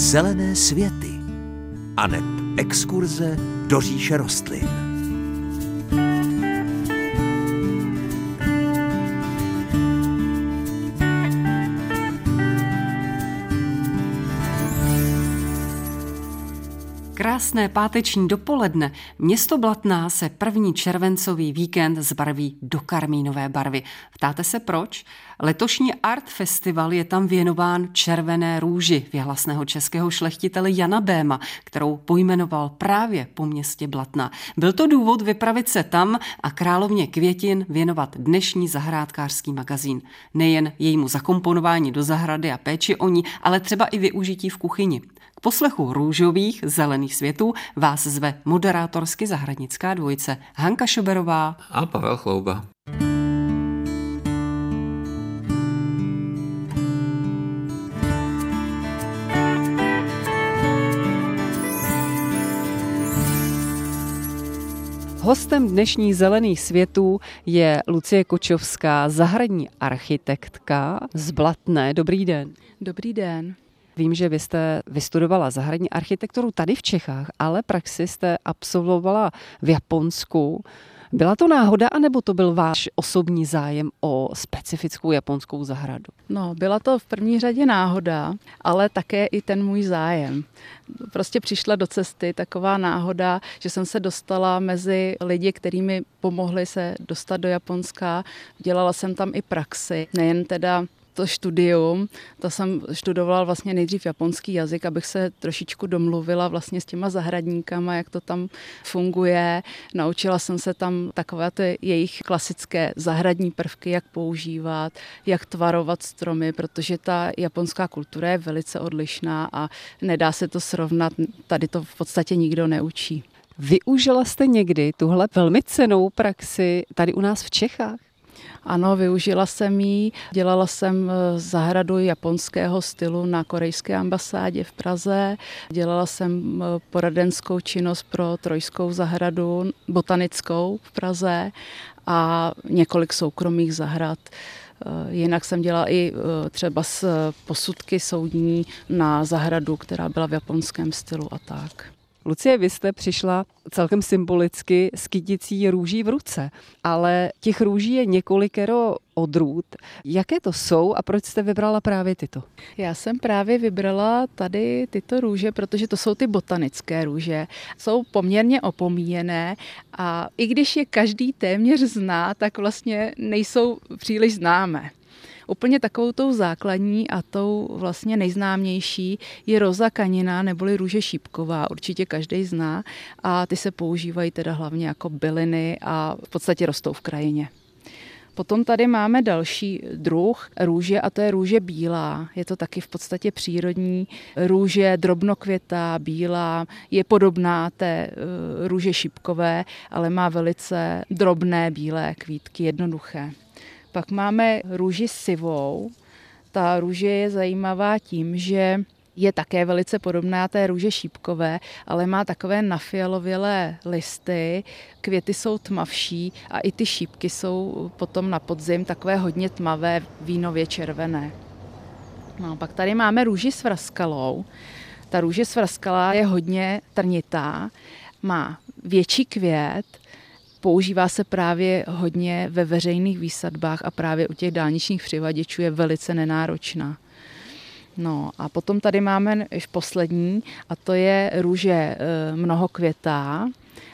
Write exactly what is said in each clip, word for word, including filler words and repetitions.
Zelené světy aneb exkurze do říše rostlin. Krásné páteční dopoledne. Město Blatná se první červencový víkend zbarví do karmínové barvy. Ptáte se proč? Letošní Art Festival je tam věnován červené růži věhlasného českého šlechtitele Jana Béma, kterou pojmenoval právě po městě Blatná. Byl to důvod vypravit se tam a královně květin věnovat dnešní zahrádkářský magazín. Nejen jejímu zakomponování do zahrady a péči o ní, ale třeba i využití v kuchyni. K poslechu růžových zelených světů vás zve moderátorsky zahradnická dvojice Hanka Šoberová a Pavel Chlouba. Hostem dnešních zelených světů je Lucie Kočovská, zahradní architektka z Blatné. Dobrý den. Dobrý den. Vím, že vy jste vystudovala zahradní architekturu tady v Čechách, ale praxi jste absolvovala v Japonsku. Byla to náhoda, anebo to byl váš osobní zájem o specifickou japonskou zahradu? No, byla to v první řadě náhoda, ale také i ten můj zájem. Prostě přišla do cesty taková náhoda, že jsem se dostala mezi lidi, kteří mi pomohli se dostat do Japonska. Dělala jsem tam i praxi, nejen teda to studium, to jsem študovala vlastně nejdřív japonský jazyk, abych se trošičku domluvila vlastně s těma zahradníkama, jak to tam funguje. Naučila jsem se tam takové ty jejich klasické zahradní prvky, jak používat, jak tvarovat stromy, protože ta japonská kultura je velice odlišná a nedá se to srovnat, tady to v podstatě nikdo neučí. Využila jste někdy tuhle velmi cennou praxi tady u nás v Čechách? Ano, využila jsem ji. Dělala jsem zahradu japonského stylu na korejské ambasádě v Praze. Dělala jsem poradenskou činnost pro trojskou zahradu botanickou v Praze a několik soukromých zahrad. Jinak jsem dělala i třeba s posudky soudní na zahradu, která byla v japonském stylu a tak. Lucie, vy jste přišla celkem symbolicky s kyticí růží v ruce, ale těch růží je několikero odrůd. Jaké to jsou a proč jste vybrala právě tyto? Já jsem právě vybrala tady tyto růže, protože to jsou ty botanické růže. Jsou poměrně opomíjené a i když je každý téměř zná, tak vlastně nejsou příliš známé. Úplně takovou tou základní a tou vlastně nejznámější je roza kanina neboli růže šípková, určitě každý zná a ty se používají teda hlavně jako byliny a v podstatě rostou v krajině. Potom tady máme další druh růže a to je růže bílá. Je to taky v podstatě přírodní růže, drobnokvětá, bílá, je podobná té růže šípkové, ale má velice drobné bílé kvítky, jednoduché. Pak máme růži sivou. Ta růže je zajímavá tím, že je také velice podobná té růže šípkové, ale má takové nafialovělé listy, květy jsou tmavší a i ty šípky jsou potom na podzim takové hodně tmavé, vínově červené. No, pak tady máme růži s vraskalou. Ta růže s vraskalá je hodně trnitá, má větší květ, používá se právě hodně ve veřejných výsadbách a právě u těch dálničních přivaděčů je velice nenáročná. No a potom tady máme už poslední a to je růže mnohokvětá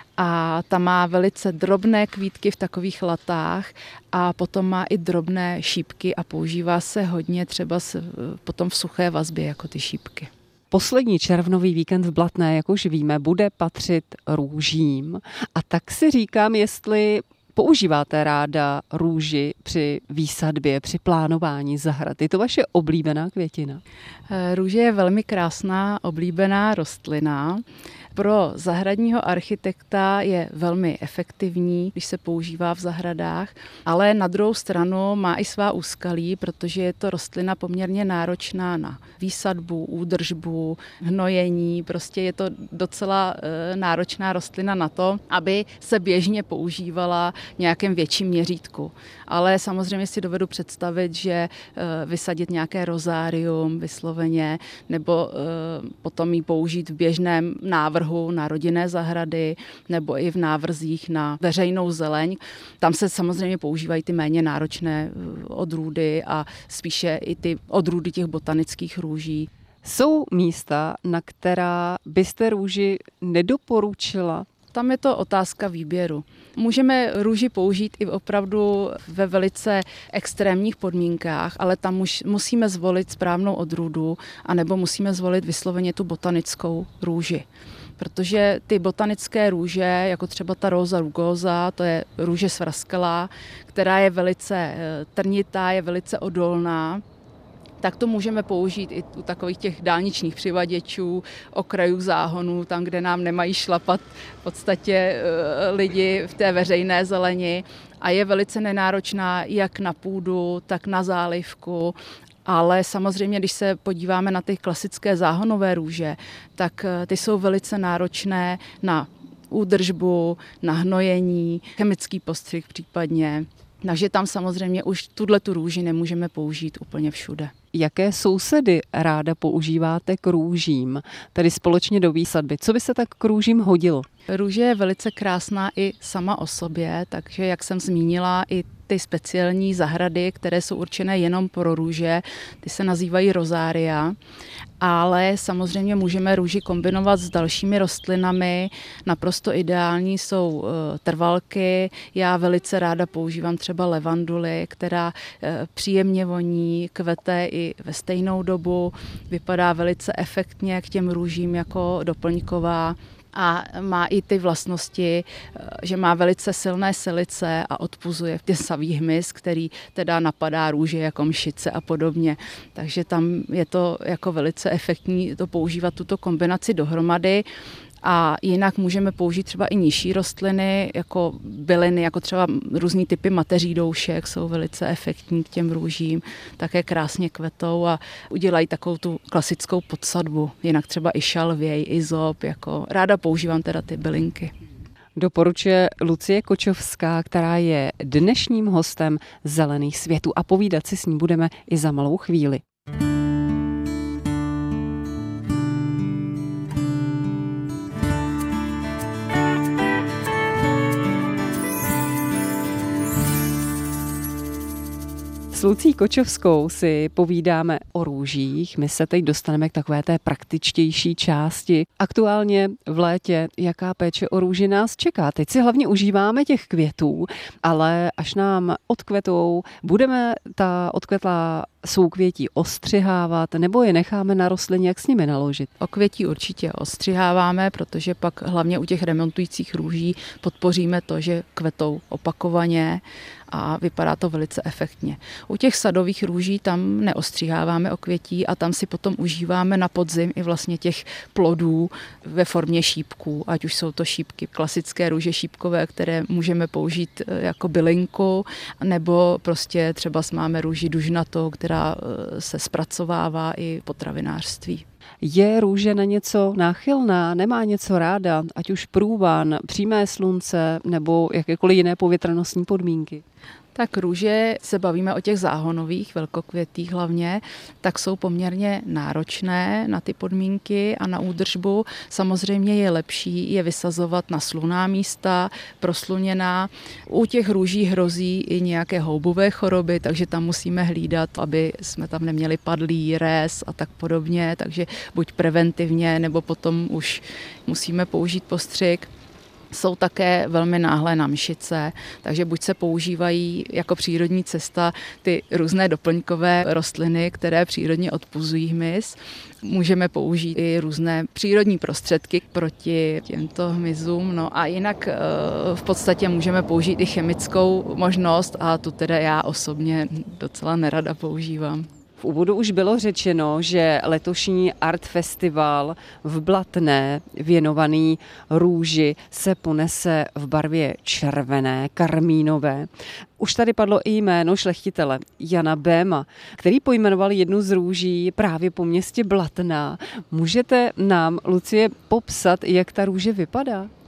a ta má velice drobné kvítky v takových latách a potom má i drobné šípky a používá se hodně třeba potom v suché vazbě jako ty šípky. Poslední červnový víkend v Blatné, jak už víme, bude patřit růžím. A tak si říkám, jestli používáte ráda růži při výsadbě, při plánování zahrad. Je to vaše oblíbená květina? Růže je velmi krásná, oblíbená rostlina. Pro zahradního architekta je velmi efektivní, když se používá v zahradách, ale na druhou stranu má i svá úskalí, protože je to rostlina poměrně náročná na výsadbu, údržbu, hnojení. Prostě je to docela náročná rostlina na to, aby se běžně používala nějakém větším měřítku. Ale samozřejmě si dovedu představit, že vysadit nějaké rozárium vysloveně, nebo potom ji použít v běžném návrhu na rodinné zahrady, nebo i v návrzích na veřejnou zeleň. Tam se samozřejmě používají ty méně náročné odrůdy a spíše i ty odrůdy těch botanických růží. Jsou místa, na která byste růži nedoporučila? Tam je to otázka výběru. Můžeme růži použít i opravdu ve velice extrémních podmínkách, ale tam už musíme zvolit správnou odrůdu, anebo musíme zvolit vysloveně tu botanickou růži. Protože ty botanické růže, jako třeba ta Rosa rugosa, to je růže svraskala, která je velice trnitá, je velice odolná, tak to můžeme použít i u takových těch dálničních přivaděčů, okrajů záhonů, tam, kde nám nemají šlapat v podstatě lidi v té veřejné zeleni a je velice nenáročná jak na půdu, tak na zálivku. Ale samozřejmě, když se podíváme na ty klasické záhonové růže, tak ty jsou velice náročné na údržbu, na hnojení, chemický postřih případně. Takže tam samozřejmě už tuto růži nemůžeme použít úplně všude. Jaké sousedy ráda používáte k růžím, tedy společně do výsadby? Co by se tak k růžím hodilo? Růže je velice krásná i sama o sobě, takže jak jsem zmínila, i ty speciální zahrady, které jsou určené jenom pro růže, ty se nazývají rozária, ale samozřejmě můžeme růži kombinovat s dalšími rostlinami. Naprosto ideální jsou trvalky. Já velice ráda používám třeba levanduly, která příjemně voní, kvete i ve stejnou dobu, vypadá velice efektně k těm růžím jako doplňková. A má i ty vlastnosti, že má velice silné silice a odpuzuje děsavý hmyz, který teda napadá růže jako mšice a podobně. Takže tam je to jako velice efektní to používat tuto kombinaci dohromady. A jinak můžeme použít třeba i nižší rostliny, jako byliny, jako třeba různý typy mateří doušek, jsou velice efektní k těm růžím, také krásně kvetou a udělají takovou tu klasickou podsadbu. Jinak třeba i šalvěj, izop, jako ráda používám teda ty bylinky. Doporučuje Lucie Kočovská, která je dnešním hostem Zelených světů a povídat si s ní budeme i za malou chvíli. S Lucí Kočovskou si povídáme o růžích. My se teď dostaneme k takové té praktičtější části. Aktuálně v létě, jaká péče o růži nás čeká? Teď si hlavně užíváme těch květů, ale až nám odkvetou, budeme ta odkvetlá soukvětí ostřihávat nebo je necháme na rostlině, jak s nimi naložit? Okvětí určitě ostřiháváme, protože pak hlavně u těch remontujících růží podpoříme to, že kvetou opakovaně a vypadá to velice efektně. U těch sadových růží tam neostřiháváme okvětí a tam si potom užíváme na podzim i vlastně těch plodů ve formě šípků, ať už jsou to šípky klasické růže šípkové, které můžeme použít jako bylinku, nebo prostě třeba máme růži dužnatou, která se zpracovává i v potravinářství. Je růže na něco náchylná, nemá něco ráda, ať už průvan, přímé slunce nebo jakékoliv jiné povětrnostní podmínky? Tak růže, se bavíme o těch záhonových, velkokvětých hlavně, tak jsou poměrně náročné na ty podmínky a na údržbu. Samozřejmě je lepší je vysazovat na slunná místa, prosluněná. U těch růží hrozí i nějaké houbové choroby, takže tam musíme hlídat, aby jsme tam neměli padlý rez a tak podobně, takže buď preventivně, nebo potom už musíme použít postřik. Jsou také velmi náhlé na mšice, takže buď se používají jako přírodní cesta ty různé doplňkové rostliny, které přírodně odpuzují hmyz. Můžeme použít i různé přírodní prostředky proti těmto hmyzům. No a jinak v podstatě můžeme použít i chemickou možnost a tu teda já osobně docela nerada používám. V úvodu už bylo řečeno, že letošní Art Festival v Blatné, věnovaný růži, se ponese v barvě červené, karmínové. Už tady padlo i jméno šlechtitele Jana Béma, který pojmenoval jednu z růží právě po městě Blatná. Můžete nám, Lucie, popsat, jak ta růže vypadá?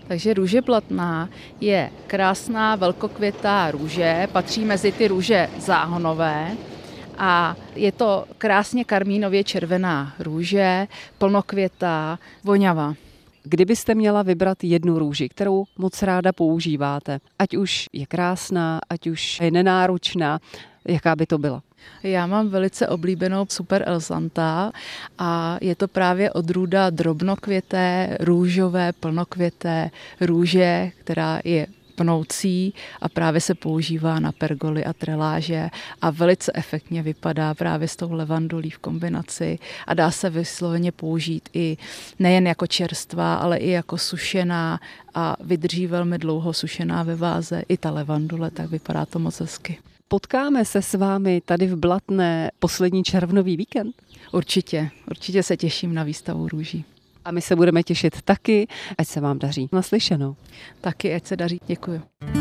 Takže růže blatná je krásná velkokvětá růže, patří mezi ty růže záhonové a je to krásně karmínově červená růže, plnokvětá, vonavá. Kdybyste měla vybrat jednu růži, kterou moc ráda používáte, ať už je krásná, ať už je nenáročná, jaká by to byla? Já mám velice oblíbenou Super Elsanta a je to právě odrůda drobnokvěté, růžové, plnokvěté růže, která je pnoucí a právě se používá na pergoly a treláže a velice efektně vypadá právě s tou levandulí v kombinaci a dá se vysloveně použít i nejen jako čerstvá, ale i jako sušená a vydrží velmi dlouho sušená ve váze. I ta levandule, tak vypadá to moc hezky. Potkáme se s vámi tady v Blatné poslední červnový víkend? Určitě, určitě se těším na výstavu růží. A my se budeme těšit taky, ať se vám daří. Naslyšenou. Taky, ať se daří. Děkuji.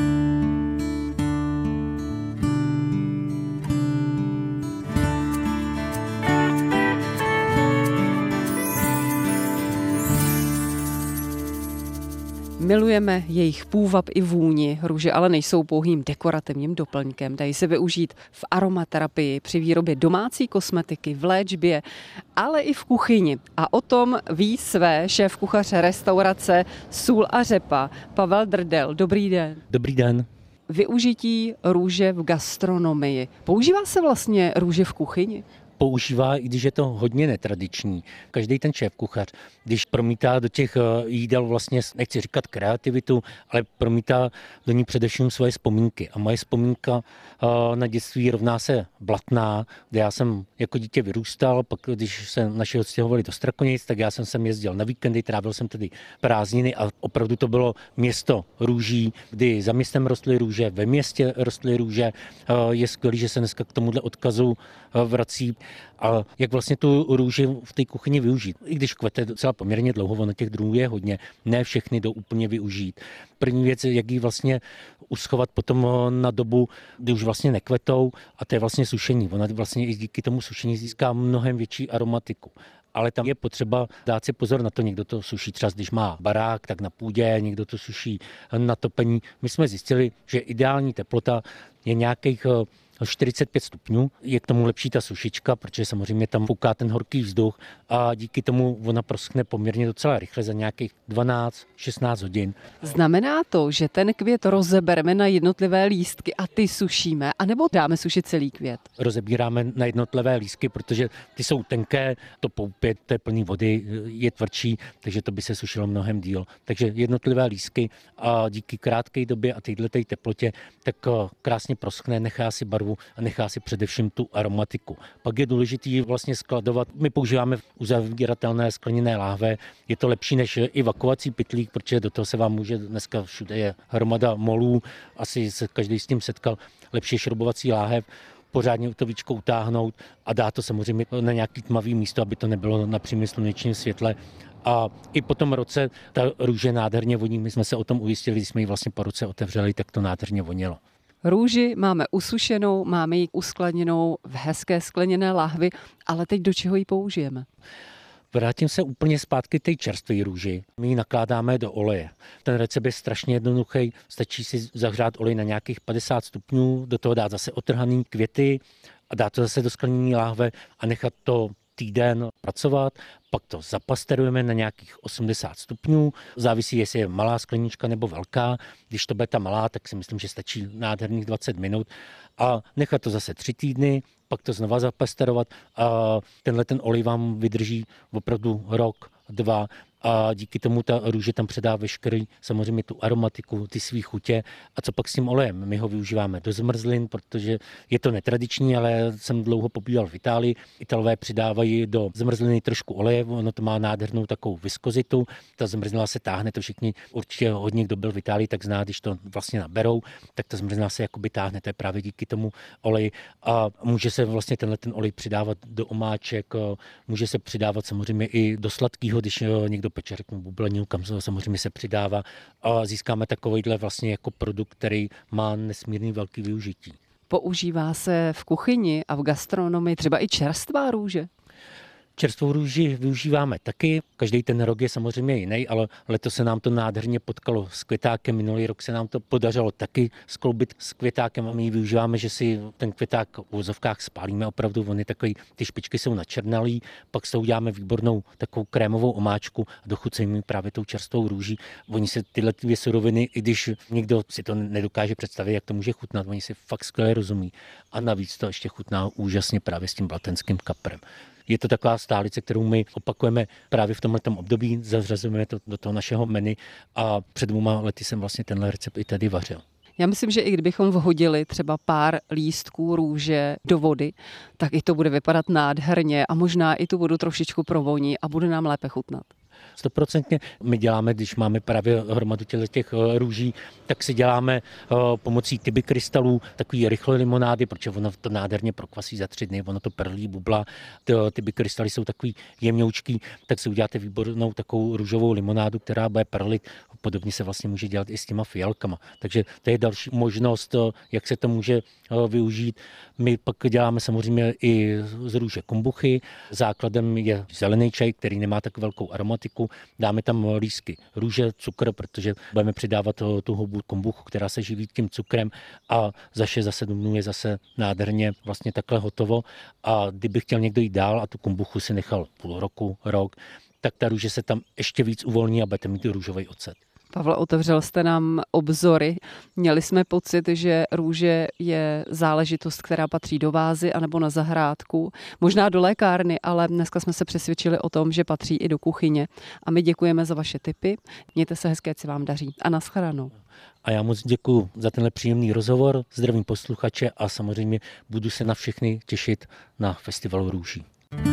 Milujeme jejich půvab i vůni. Růže ale nejsou pouhým dekorativním doplňkem. Dají se využít v aromaterapii, při výrobě domácí kosmetiky, v léčbě, ale i v kuchyni. A o tom ví své šéfkuchař restaurace Sůl a řepa Pavel Drdel. Dobrý den. Dobrý den. Využití růže v gastronomii. Používá se vlastně růže v kuchyni? Používá, i když je to hodně netradiční. Každý ten šéfkuchař, když promítá do těch jídel vlastně, nechci říkat kreativitu, ale promítá do ní především svoje vzpomínky. A moje vzpomínka na dětství rovná se Blatná, kde já jsem jako dítě vyrůstal, pak když se naši odstěhovali do Strakonic, tak já jsem sem jezdil na víkendy, trávil jsem tedy prázdniny a opravdu to bylo město růží, kdy za městem rostly růže, ve městě rostly růže. Je skvělé, že se dneska k tomuhle odkazu vrací. A jak vlastně tu růži v té kuchyni využít. I když kvete docela poměrně dlouho, ono těch druhů je hodně, ne všechny jdou úplně využít. První věc je, jak ji vlastně uschovat potom na dobu, kdy už vlastně nekvetou, a to je vlastně sušení. Ona vlastně i díky tomu sušení získá mnohem větší aromatiku. Ale tam je potřeba dát si pozor na to. Někdo to suší třeba, když má barák, tak na půdě, někdo to suší na topení. My jsme zjistili, že ideální teplota je nějakých čtyřicet pět stupňů. Je k tomu lepší ta sušička, protože samozřejmě tam fouká ten horký vzduch a díky tomu ona proschne poměrně docela rychle za nějakých dvanáct šestnáct hodin. Znamená to, že ten květ rozebereme na jednotlivé lístky a ty sušíme, anebo dáme sušit celý květ? Rozebíráme na jednotlivé lístky, protože ty jsou tenké, to poupě, to je plný vody, je tvrdší, takže to by se sušilo mnohem díl. Takže jednotlivé lístky a díky krátké době a této teplotě tak krásně proschne, nechá si barvu a nechá si především tu aromatiku. Pak je důležité vlastně skladovat. My používáme uzavíratelné skleněné láhve. Je to lepší než i vakuovací pytlík, protože do toho se vám může, dneska všude je hromada molů, asi se každý s tím setkal, lepší šroubovací láhev, pořádně to víčko utáhnout a dá to samozřejmě na nějaký tmavý místo, aby to nebylo na přímém slunečním světle. A i po tom roce ta růže nádherně voní. My jsme se o tom ujistili, když jsme ji vlastně po roce otevřeli, tak to nádherně vonilo. Růži máme usušenou, máme ji uskladněnou v hezké skleněné lahvi, ale teď do čeho ji použijeme? Vrátím se úplně zpátky té čerstvé růži. My ji nakládáme do oleje. Ten recept je strašně jednoduchý. Stačí si zahřát olej na nějakých padesát stupňů, do toho dát zase otrhaný květy a dát to zase do skleněné láhve a nechat to týden pracovat, pak to zapasterujeme na nějakých osmdesát stupňů, závisí, jestli je malá sklenička nebo velká. Když to bude ta malá, tak si myslím, že stačí nádherných dvacet minut a nechat to zase tři týdny, pak to znova zapasterovat a tenhle ten olej vám vydrží opravdu rok, dva a díky tomu ta růže tam předá veškerý, samozřejmě tu aromatiku, ty svý chutě. A co pak s tím olejem? My ho využíváme do zmrzlin, protože je to netradiční, ale jsem dlouho pobýval v Itálii. Italové přidávají do zmrzliny trošku oleje, ono to má nádhernou takovou viskozitu. Ta zmrzlina se táhne, to všichni určitě hodně, kdo byl v Itálii, tak zná, když to vlastně naberou, tak ta zmrzlina se jakoby táhne, to je právě díky tomu oleji. A může se vlastně tenhle ten olej přidávat do omáček, může se přidávat samozřejmě i do sladkého, když někdo peče, řeknu bubleninu, kam samozřejmě se přidává a získáme takovýhle vlastně jako produkt, který má nesmírný velký využití. Používá se v kuchyni a v gastronomii třeba i čerstvá růže? Čerstvou růži využíváme taky, každý ten rok je samozřejmě jiný, ale letos se nám to nádherně potkalo s květákem, minulý rok se nám to podařilo taky skloubit s květákem a my ji využíváme, že si ten květák v uvozovkách spálíme opravdu, oni takový, ty špičky jsou načernalý, pak s tou uděláme výbornou takovou krémovou omáčku a dochucujeme právě tou čerstvou růží. Oni se tyhle dvě suroviny, i když někdo si to nedokáže představit, jak to může chutnat, oni si fakt skvěle rozumí a navíc to ještě chutná úžasně právě s tím blatenským kaprem. Je to taková stálice, kterou my opakujeme právě v tomhletom období, zařazujeme to do toho našeho menu a před dvěma lety jsem vlastně tenhle recept i tady vařil. Já myslím, že i kdybychom vhodili třeba pár lístků růže do vody, tak i to bude vypadat nádherně a možná i tu vodu trošičku provoní a bude nám lépe chutnat. Stoprocentně my děláme, když máme právě hromadu těch růží, tak si děláme pomocí tyby krystalů takový rychlé limonády, protože ono to nádherně prokvasí za tři dny, ono to perlí, bubla, tyby krystaly jsou takový jemňoučký, tak si uděláte výbornou takovou růžovou limonádu, která bude perlit. Podobně se vlastně může dělat i s těma fialkama. Takže to je další možnost, jak se to může využít. My pak děláme samozřejmě i z růže kombuchy. Základem je zelený čaj, který nemá tak velkou aromatiku. Dáme tam lístky růže, cukr, protože budeme přidávat tu houbu kombuchu, která se živí tím cukrem a za šest, za sedm dnů je zase nádherně vlastně takhle hotovo. A kdyby chtěl někdo jít dál a tu kombuchu si nechal půl roku, rok, tak ta růže se tam ještě víc uvolní a budete mít růžový ocet. Pavle, otevřel jste nám obzory. Měli jsme pocit, že růže je záležitost, která patří do vázy anebo na zahrádku, možná do lékárny, ale dneska jsme se přesvědčili o tom, že patří i do kuchyně. A my děkujeme za vaše tipy. Mějte se hezké, ať se vám daří. A nashledanou. A já moc děkuji za tenhle příjemný rozhovor, zdravím posluchače a samozřejmě budu se na všechny těšit na festivalu růží.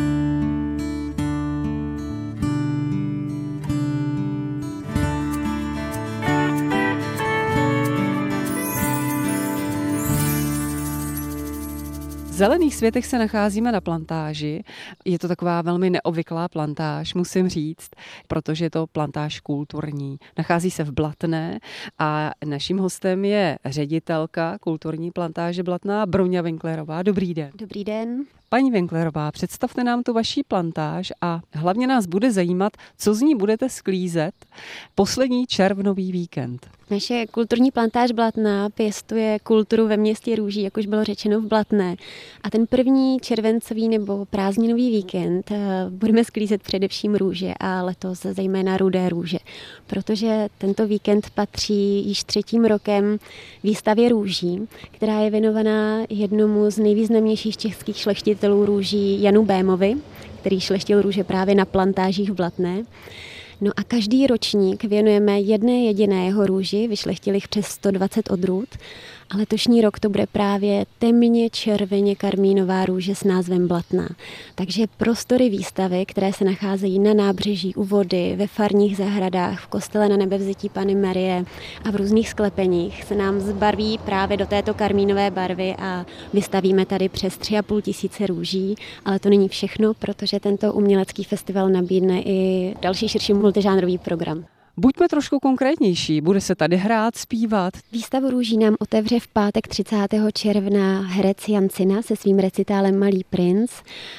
V Zelených světech se nacházíme na plantáži. Je to taková velmi neobvyklá plantáž, musím říct, protože je to plantáž kulturní. Nachází se v Blatné a naším hostem je ředitelka kulturní plantáže Blatná Broňa Winklerová. Dobrý den. Dobrý den. Paní Winklerová, představte nám tu vaší plantáž a hlavně nás bude zajímat, co z ní budete sklízet poslední červnový víkend. Naše kulturní plantáž Blatná pěstuje kulturu ve městě růží, jak už bylo řečeno v Blatné. A ten první červencový nebo prázdninový víkend budeme sklízet především růže a letos zejména rudé růže, protože tento víkend patří již třetím rokem výstavě růží, která je věnovaná jednomu z nejvýznamnějších českých šlechtitelů růží Janu Bémovi, který šlechtil růže právě na plantážích v Blatné. No a každý ročník věnujeme jedné jediné jeho růži, vyšlechtili jich přes sto dvacet odrůd. A letošní rok to bude právě temně červeně karmínová růže s názvem Blatná. Takže prostory výstavy, které se nacházejí na nábřeží, u vody, ve farních zahradách, v kostele Na Nebevzetí Panny Marie a v různých sklepeních se nám zbarví právě do této karmínové barvy a vystavíme tady přes tři a půl tisíce růží. Ale to není všechno, protože tento umělecký festival nabídne i další širší multižánrový program. Buďme trošku konkrétnější, bude se tady hrát, zpívat. Výstavu růží nám otevře v pátek třicátého června herec Jan Cina se svým recitálem Malý princ.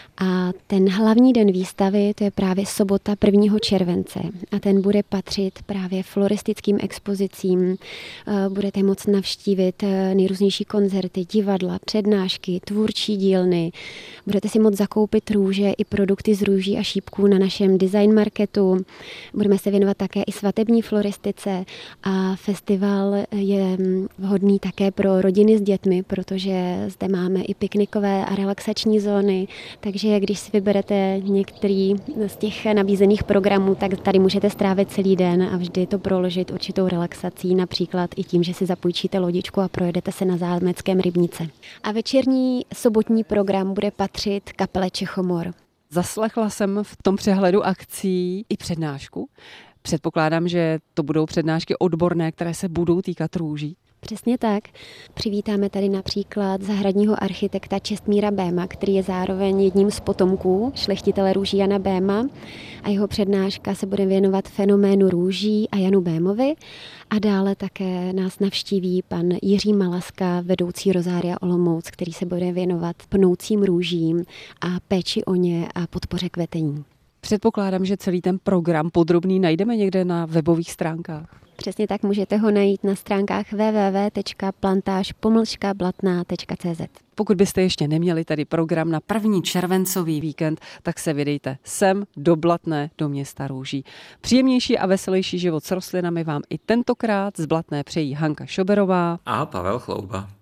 A ten hlavní den výstavy, to je právě sobota prvního července. A ten bude patřit právě floristickým expozicím. Budete moct navštívit nejrůznější koncerty, divadla, přednášky, tvůrčí dílny. Budete si moct zakoupit růže i produkty z růží a šípků na našem design marketu. Budeme se věnovat také i svatební floristice a festival je vhodný také pro rodiny s dětmi, protože zde máme i piknikové a relaxační zóny, takže když si vyberete některý z těch nabízených programů, tak tady můžete strávit celý den a vždy to proložit určitou relaxací, například i tím, že si zapůjčíte lodičku a projedete se na zámeckém rybníce. A večerní sobotní program bude patřit kapele Čechomor. Zaslechla jsem v tom přehledu akcí i přednášku. Předpokládám, že to budou přednášky odborné, které se budou týkat růží. Přesně tak. Přivítáme tady například zahradního architekta Čestmíra Béma, který je zároveň jedním z potomků šlechtitele růží Jana Béma a jeho přednáška se bude věnovat fenoménu růží a Janu Bémovi a dále také nás navštíví pan Jiří Malaska, vedoucí Rozária Olomouc, který se bude věnovat pnoucím růžím a péči o ně a podpoře kvetení. Předpokládám, že celý ten program podrobný najdeme někde na webových stránkách. Přesně tak, můžete ho najít na stránkách w w w tečka plantáž pomlčka blatná tečka c z. Pokud byste ještě neměli tady program na první červencový víkend, tak se vydejte sem do Blatné, do města růží. Příjemnější a veselější život s rostlinami vám i tentokrát z Blatné přejí Hanka Šoberová a Pavel Chlouba.